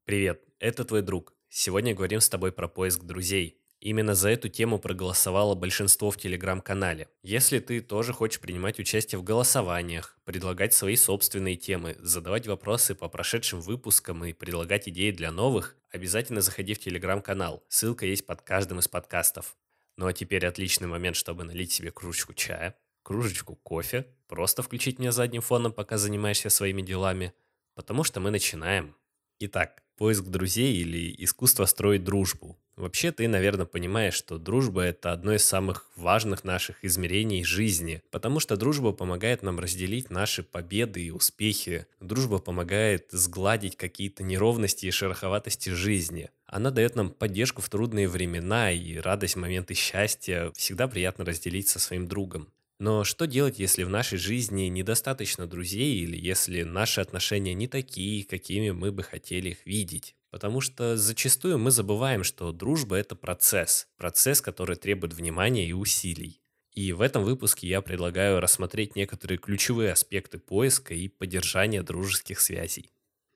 Привет, это твой друг. Сегодня говорим с тобой про поиск друзей. Именно за эту тему проголосовало большинство в телеграм-канале. Если ты тоже хочешь принимать участие в голосованиях, предлагать свои собственные темы, задавать вопросы по прошедшим выпускам и предлагать идеи для новых, обязательно заходи в телеграм-канал. Ссылка есть под каждым из подкастов. Ну а теперь отличный момент, чтобы налить себе кружечку чая, кружечку кофе, просто включить меня задним фоном, пока занимаешься своими делами, потому что мы начинаем. Итак, поиск друзей или искусство строить дружбу. Вообще, ты, наверное, понимаешь, что дружба– это одно из самых важных наших измерений жизни, потому что дружба помогает нам разделить наши победы и успехи. Дружба помогает сгладить какие-то неровности и шероховатости жизни. Она дает нам поддержку в трудные времена и радость в моменты счастья. Всегда приятно разделить со своим другом. Но что делать, если в нашей жизни недостаточно друзей или если наши отношения не такие, какими мы бы хотели их видеть? Потому что зачастую мы забываем, что дружба– это процесс, который требует внимания и усилий. И в этом выпуске я предлагаю рассмотреть некоторые ключевые аспекты поиска и поддержания дружеских связей.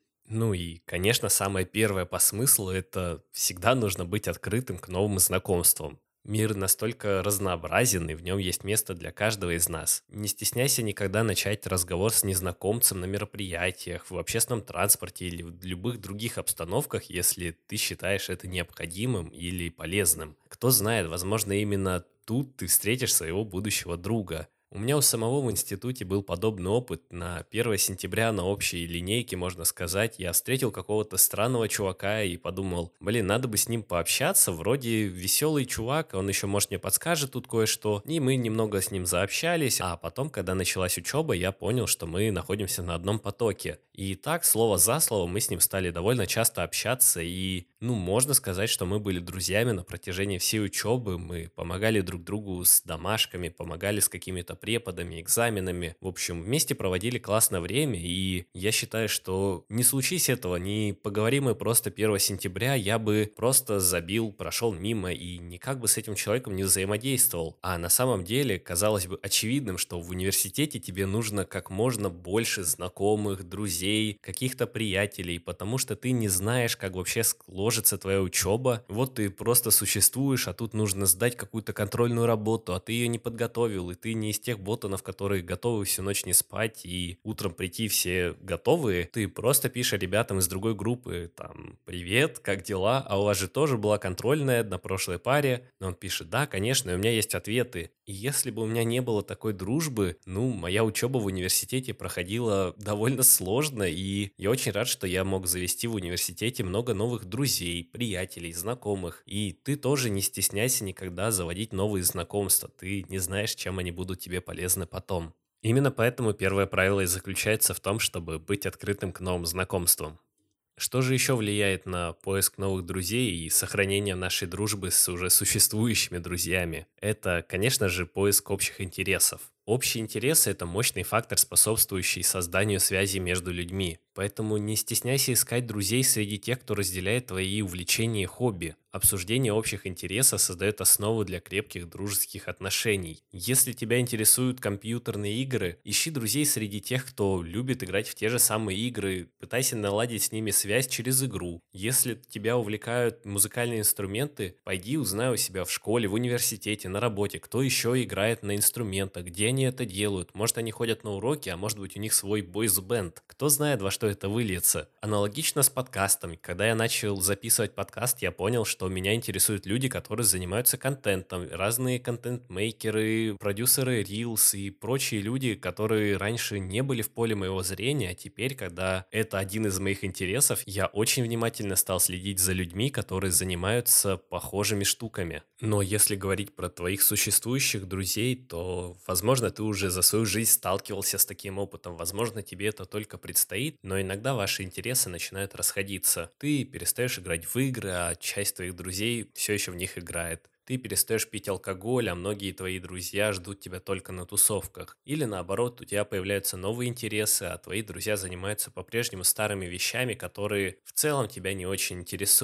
Ну и, конечно, самое первое по смыслу– это всегда нужно быть открытым к новым знакомствам. Мир настолько разнообразен, и в нем есть место для каждого из нас. Не стесняйся никогда начать разговор с незнакомцем на мероприятиях, в общественном транспорте или в любых других обстановках, если ты считаешь это необходимым или полезным. Кто знает, возможно, именно тут ты встретишь своего будущего друга. У меня у самого в институте был подобный опыт. На 1 сентября на общей линейке, можно сказать, я встретил какого-то странного чувака и подумал, блин, надо бы с ним пообщаться, вроде веселый чувак, он еще, может, мне подскажет тут кое-что. И мы немного с ним заобщались, а потом, когда началась учеба, я понял, что мы находимся на одном потоке. И так, слово за слово, мы с ним стали довольно часто общаться, и, можно сказать, что мы были друзьями на протяжении всей учебы, мы помогали друг другу с домашками, помогали с какими-то преподами, экзаменами. В общем, вместе проводили классное время, и я считаю, что не случись этого, не поговорим мы просто 1 сентября, я бы просто забил, прошел мимо и никак бы с этим человеком не взаимодействовал. А на самом деле, казалось бы, очевидным, что в университете тебе нужно как можно больше знакомых, друзей, каких-то приятелей, потому что ты не знаешь, как вообще сложится твоя учеба. Вот ты просто существуешь, а тут нужно сдать какую-то контрольную работу, а ты ее не подготовил, и ты не из тех ботанов, которые готовы всю ночь не спать и утром прийти все готовые. Ты просто пишешь ребятам из другой группы, там, привет, как дела? А у вас же тоже была контрольная на прошлой паре. Но он пишет, да, конечно, и у меня есть ответы. И если бы у меня не было такой дружбы, моя учеба в университете проходила довольно сложно, и я очень рад, что я мог завести в университете много новых друзей, приятелей, знакомых. И ты тоже не стесняйся никогда заводить новые знакомства. Ты не знаешь, чем они будут тебе полезны потом. Именно поэтому первое правило и заключается в том, чтобы быть открытым к новым знакомствам. Что же еще влияет на поиск новых друзей и сохранение нашей дружбы с уже существующими друзьями? Это, конечно же, поиск общих интересов. Общие интересы– это мощный фактор, способствующий созданию связи между людьми. Поэтому не стесняйся искать друзей среди тех, кто разделяет твои увлечения и хобби. Обсуждение общих интересов создает основу для крепких дружеских отношений. Если тебя интересуют компьютерные игры, ищи друзей среди тех, кто любит играть в те же самые игры, пытайся наладить с ними связь через игру. Если тебя увлекают музыкальные инструменты, пойди узнай у себя в школе, в университете, на работе, кто еще играет на инструментах, где они это делают. Может, они ходят на уроки, а может быть, у них свой бойс-бенд. Кто знает, во что это выльется. Аналогично с подкастами. Когда я начал записывать подкаст, я понял, что меня интересуют люди, которые занимаются контентом. Разные контент-мейкеры, продюсеры Reels и прочие люди, которые раньше не были в поле моего зрения, а теперь, когда это один из моих интересов, я очень внимательно стал следить за людьми, которые занимаются похожими штуками. Но если говорить про твоих существующих друзей, то, возможно, ты уже за свою жизнь сталкивался с таким опытом. Возможно, тебе это только предстоит, но иногда ваши интересы начинают расходиться. Ты перестаешь играть в игры, а часть твоих друзей все еще в них играет. Ты перестаешь пить алкоголь, а многие твои друзья ждут тебя только на тусовках. Или наоборот, у тебя появляются новые интересы, а твои друзья занимаются по-прежнему старыми вещами, которые в целом тебя не очень интересуют.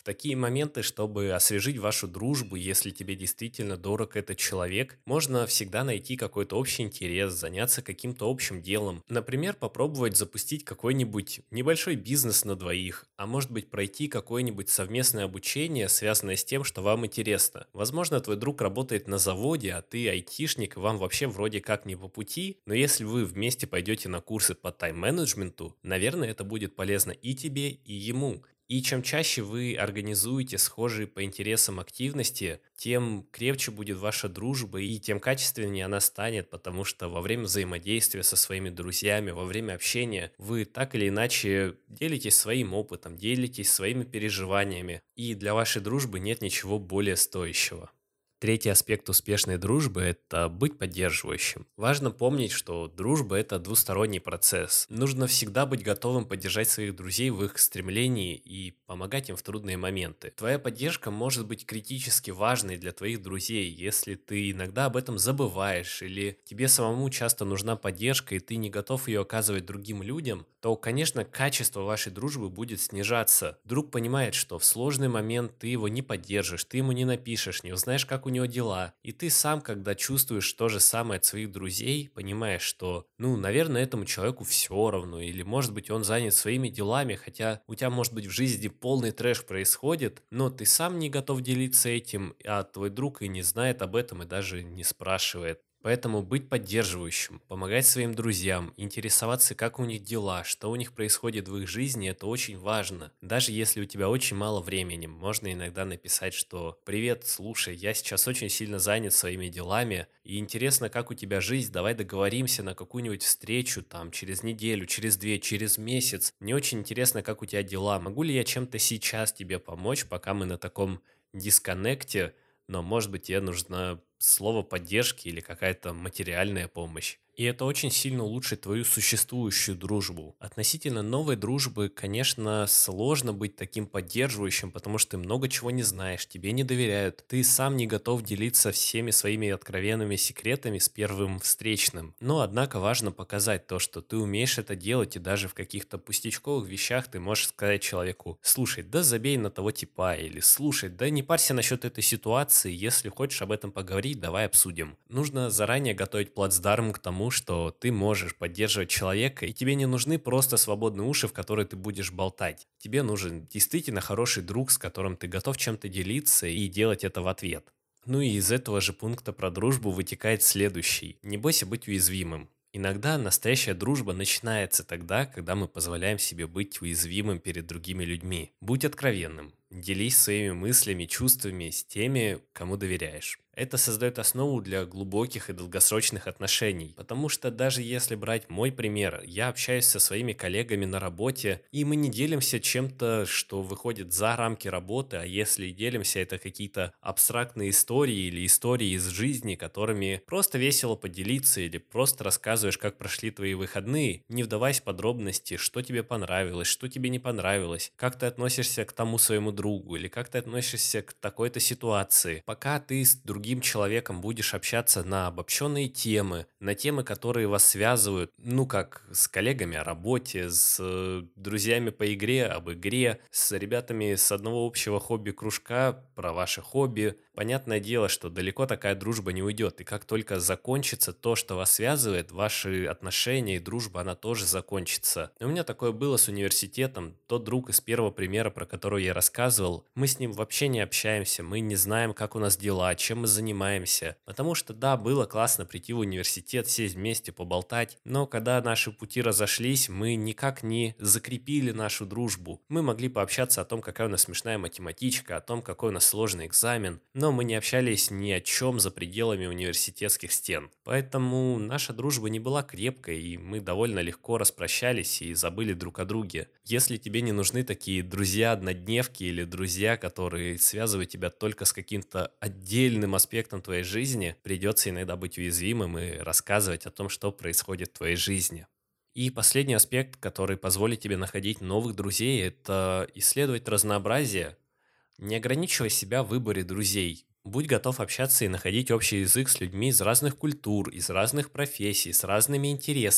такие моменты, чтобы освежить вашу дружбу, если тебе действительно дорог этот человек, можно всегда найти какой-то общий интерес, заняться каким-то общим делом. Например, попробовать запустить какой-нибудь небольшой бизнес на двоих, а может быть пройти какое-нибудь совместное обучение, связанное с тем, что вам интересно. Возможно, твой друг работает на заводе, а ты айтишник, и вам вообще вроде как не по пути, но если вы вместе пойдете на курсы по тайм-менеджменту, наверное, это будет полезно и тебе, и ему. И чем чаще вы организуете схожие по интересам активности, тем крепче будет ваша дружба и тем качественнее она станет, потому что во время взаимодействия со своими друзьями, во время общения вы так или иначе делитесь своим опытом, делитесь своими переживаниями, и для вашей дружбы нет ничего более стоящего. Третий аспект успешной дружбы – это быть поддерживающим. Важно помнить, что дружба – это двусторонний процесс. Нужно всегда быть готовым поддержать своих друзей в их стремлении и помогать им в трудные моменты. Твоя поддержка может быть критически важной для твоих друзей, если ты иногда об этом забываешь или тебе самому часто нужна поддержка и ты не готов ее оказывать другим людям, то, конечно, качество вашей дружбы будет снижаться. Друг понимает, что в сложный момент ты его не поддержишь, ты ему не напишешь, не узнаешь, как у него дела. И ты сам, когда чувствуешь то же самое от своих друзей, понимаешь, что, наверное, этому человеку все равно, или, может быть, он занят своими делами, хотя у тебя, может быть, в жизни полный трэш происходит, но ты сам не готов делиться этим, а твой друг и не знает об этом, и даже не спрашивает. Поэтому быть поддерживающим, помогать своим друзьям, интересоваться, как у них дела, что у них происходит в их жизни, это очень важно. Даже если у тебя очень мало времени, можно иногда написать, что «Привет, слушай, я сейчас очень сильно занят своими делами, и интересно, как у тебя жизнь, давай договоримся на какую-нибудь встречу там через неделю, через две, через месяц. Мне очень интересно, как у тебя дела, могу ли я чем-то сейчас тебе помочь, пока мы на таком дисконнекте, но, может быть, тебе нужно слово поддержки или какая-то материальная помощь. И это очень сильно улучшит твою существующую дружбу. Относительно новой дружбы, конечно, сложно быть таким поддерживающим, потому что ты много чего не знаешь, тебе не доверяют, ты сам не готов делиться всеми своими откровенными секретами с первым встречным. Но, однако, важно показать то, что ты умеешь это делать, и даже в каких-то пустячковых вещах ты можешь сказать человеку: слушай, да забей на того типа, или слушай, да не парься насчет этой ситуации, если хочешь об этом поговорить, давай обсудим. Нужно заранее готовить плацдарм к тому, что ты можешь поддерживать человека, и тебе не нужны просто свободные уши, в которые ты будешь болтать. Тебе нужен действительно хороший друг, с которым ты готов чем-то делиться и делать это в ответ. Ну и из этого же пункта про дружбу вытекает следующий. Не бойся быть уязвимым. Иногда настоящая дружба начинается тогда, когда мы позволяем себе быть уязвимым перед другими людьми. Будь откровенным, делись своими мыслями, чувствами с теми, кому доверяешь. Это создает основу для глубоких и долгосрочных отношений, потому что даже если брать мой пример, я общаюсь со своими коллегами на работе, и мы не делимся чем-то, что выходит за рамки работы, а если и делимся, это какие-то абстрактные истории или истории из жизни, которыми просто весело поделиться или просто рассказываешь, как прошли твои выходные, не вдаваясь в подробности, что тебе понравилось, что тебе не понравилось, как ты относишься к тому своему другу или как ты относишься к такой-то ситуации. Пока ты с другим человеком будешь общаться на обобщенные темы, на темы, которые вас связывают, как с коллегами о работе, с друзьями по игре, об игре, с ребятами с одного общего хобби-кружка про ваше хобби. Понятное дело, что далеко такая дружба не уйдет, и как только закончится то, что вас связывает, ваши отношения и дружба, она тоже закончится. У меня такое было с университетом. Тот друг из первого примера, про который я рассказывал, мы с ним вообще не общаемся, мы не знаем, как у нас дела, чем мы занимаемся. Потому что, да, было классно прийти в университет, сесть вместе, поболтать, но когда наши пути разошлись, мы никак не закрепили нашу дружбу. Мы могли пообщаться о том, какая у нас смешная математичка, о том, какой у нас сложный экзамен, но мы не общались ни о чем за пределами университетских стен. Поэтому наша дружба не была крепкой, и мы довольно легко распрощались и забыли друг о друге. Если тебе не нужны такие друзья-однодневки или друзья, которые связывают тебя только с каким-то отдельным аспектом твоей жизни, придется иногда быть уязвимым и рассказывать о том, что происходит в твоей жизни. И последний аспект, который позволит тебе находить новых друзей, это исследовать разнообразие. Не ограничивай себя в выборе друзей. Будь готов общаться и находить общий язык с людьми из разных культур, из разных профессий, с разными интересами.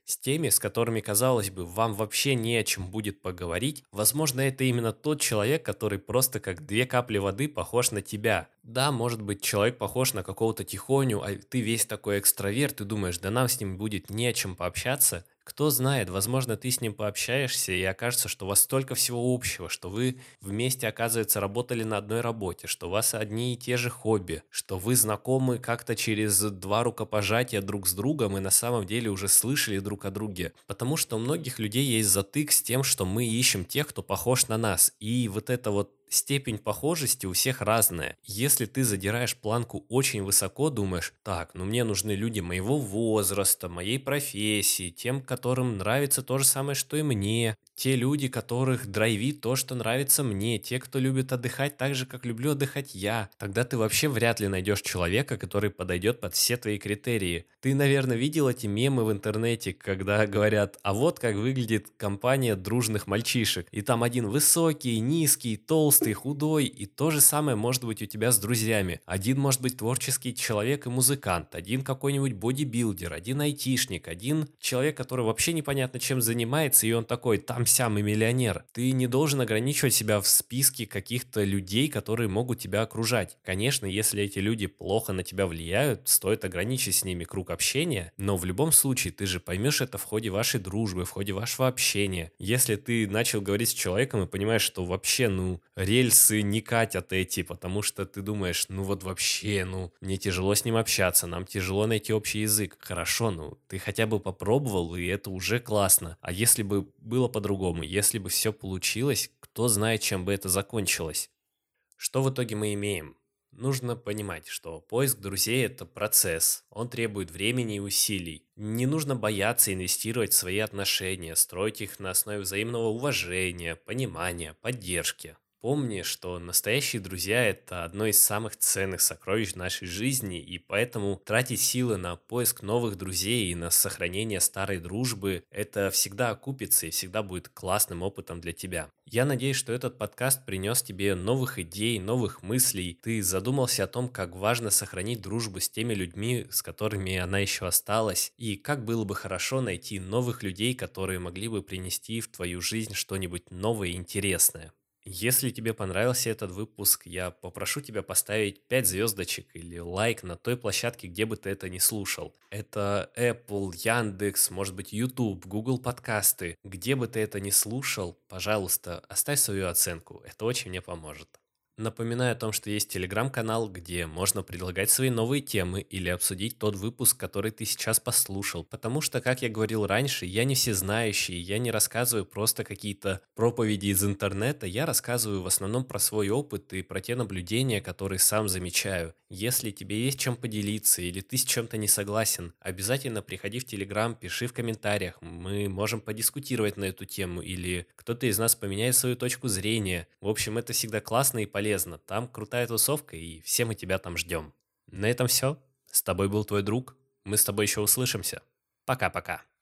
С теми, с которыми, казалось бы, вам вообще не о чем будет поговорить, возможно, это именно тот человек, который просто как две капли воды похож на тебя. Да, может быть, человек похож на какого-то тихоню, а ты весь такой экстраверт, и думаешь, да нам с ним будет не о чем пообщаться. Кто знает, возможно, ты с ним пообщаешься, и окажется, что у вас столько всего общего, что вы вместе, оказывается, работали на одной работе, что у вас одни и те же хобби, что вы знакомы как-то через два рукопожатия друг с другом и на самом деле уже слышали друг о друге. Потому что у многих людей есть затык с тем, что мы ищем тех, кто похож на нас. И вот это вот степень похожести у всех разная. Если ты задираешь планку очень высоко, думаешь, так, ну мне нужны люди моего возраста, моей профессии, тем, которым нравится то же самое, что и мне, те люди, которых драйвит то, что нравится мне, те, кто любит отдыхать так же, как люблю отдыхать я, тогда ты вообще вряд ли найдешь человека, который подойдет под все твои критерии. Ты, наверное, видел эти мемы в интернете, когда говорят, а вот как выглядит компания дружных мальчишек. И там один высокий, низкий, толстый, худой. И то же самое может быть у тебя с друзьями. Один может быть творческий человек и музыкант, один какой-нибудь бодибилдер, один айтишник, один человек, который вообще непонятно чем занимается, и он такой там-сям и миллионер. Ты не должен ограничивать себя в списке каких-то людей, которые могут тебя окружать. Конечно, если эти люди плохо на тебя влияют, стоит ограничить с ними круг общения, но в любом случае ты же поймешь это в ходе вашей дружбы, в ходе вашего общения. Если ты начал говорить с человеком и понимаешь, что вообще, ну, рельсы не катят эти, потому что ты думаешь, ну вот вообще, ну, мне тяжело с ним общаться, нам тяжело найти общий язык. Хорошо, ну, ты хотя бы попробовал, и это уже классно. А если бы было по-другому, если бы все получилось, кто знает, чем бы это закончилось. Что в итоге мы имеем? Нужно понимать, что поиск друзей– это процесс, он требует времени и усилий. Не нужно бояться инвестировать в свои отношения, строить их на основе взаимного уважения, понимания, поддержки. Помни, что настоящие друзья– это одно из самых ценных сокровищ нашей жизни, и поэтому тратить силы на поиск новых друзей и на сохранение старой дружбы– это всегда окупится и всегда будет классным опытом для тебя. Я надеюсь, что этот подкаст принес тебе новых идей, новых мыслей. Ты задумался о том, как важно сохранить дружбу с теми людьми, с которыми она еще осталась, и как было бы хорошо найти новых людей, которые могли бы принести в твою жизнь что-нибудь новое и интересное. Если тебе понравился этот выпуск, я попрошу тебя поставить 5 звездочек или лайк на той площадке, где бы ты это ни слушал. Это Apple, Яндекс, может быть YouTube, Google подкасты. Где бы ты это ни слушал, пожалуйста, оставь свою оценку. Это очень мне поможет. Напоминаю о том, что есть телеграм-канал, где можно предлагать свои новые темы или обсудить тот выпуск, который ты сейчас послушал. Потому что, как я говорил раньше, я не всезнающий, я не рассказываю просто какие-то проповеди из интернета, я рассказываю в основном про свой опыт и про те наблюдения, которые сам замечаю. Если тебе есть чем поделиться или ты с чем-то не согласен, обязательно приходи в телеграм, пиши в комментариях, мы можем подискутировать на эту тему или кто-то из нас поменяет свою точку зрения. В общем, это всегда классно и полезно. Там крутая тусовка, и все мы тебя там ждем. На этом все. С тобой был твой друг. Мы с тобой еще услышимся. Пока-пока.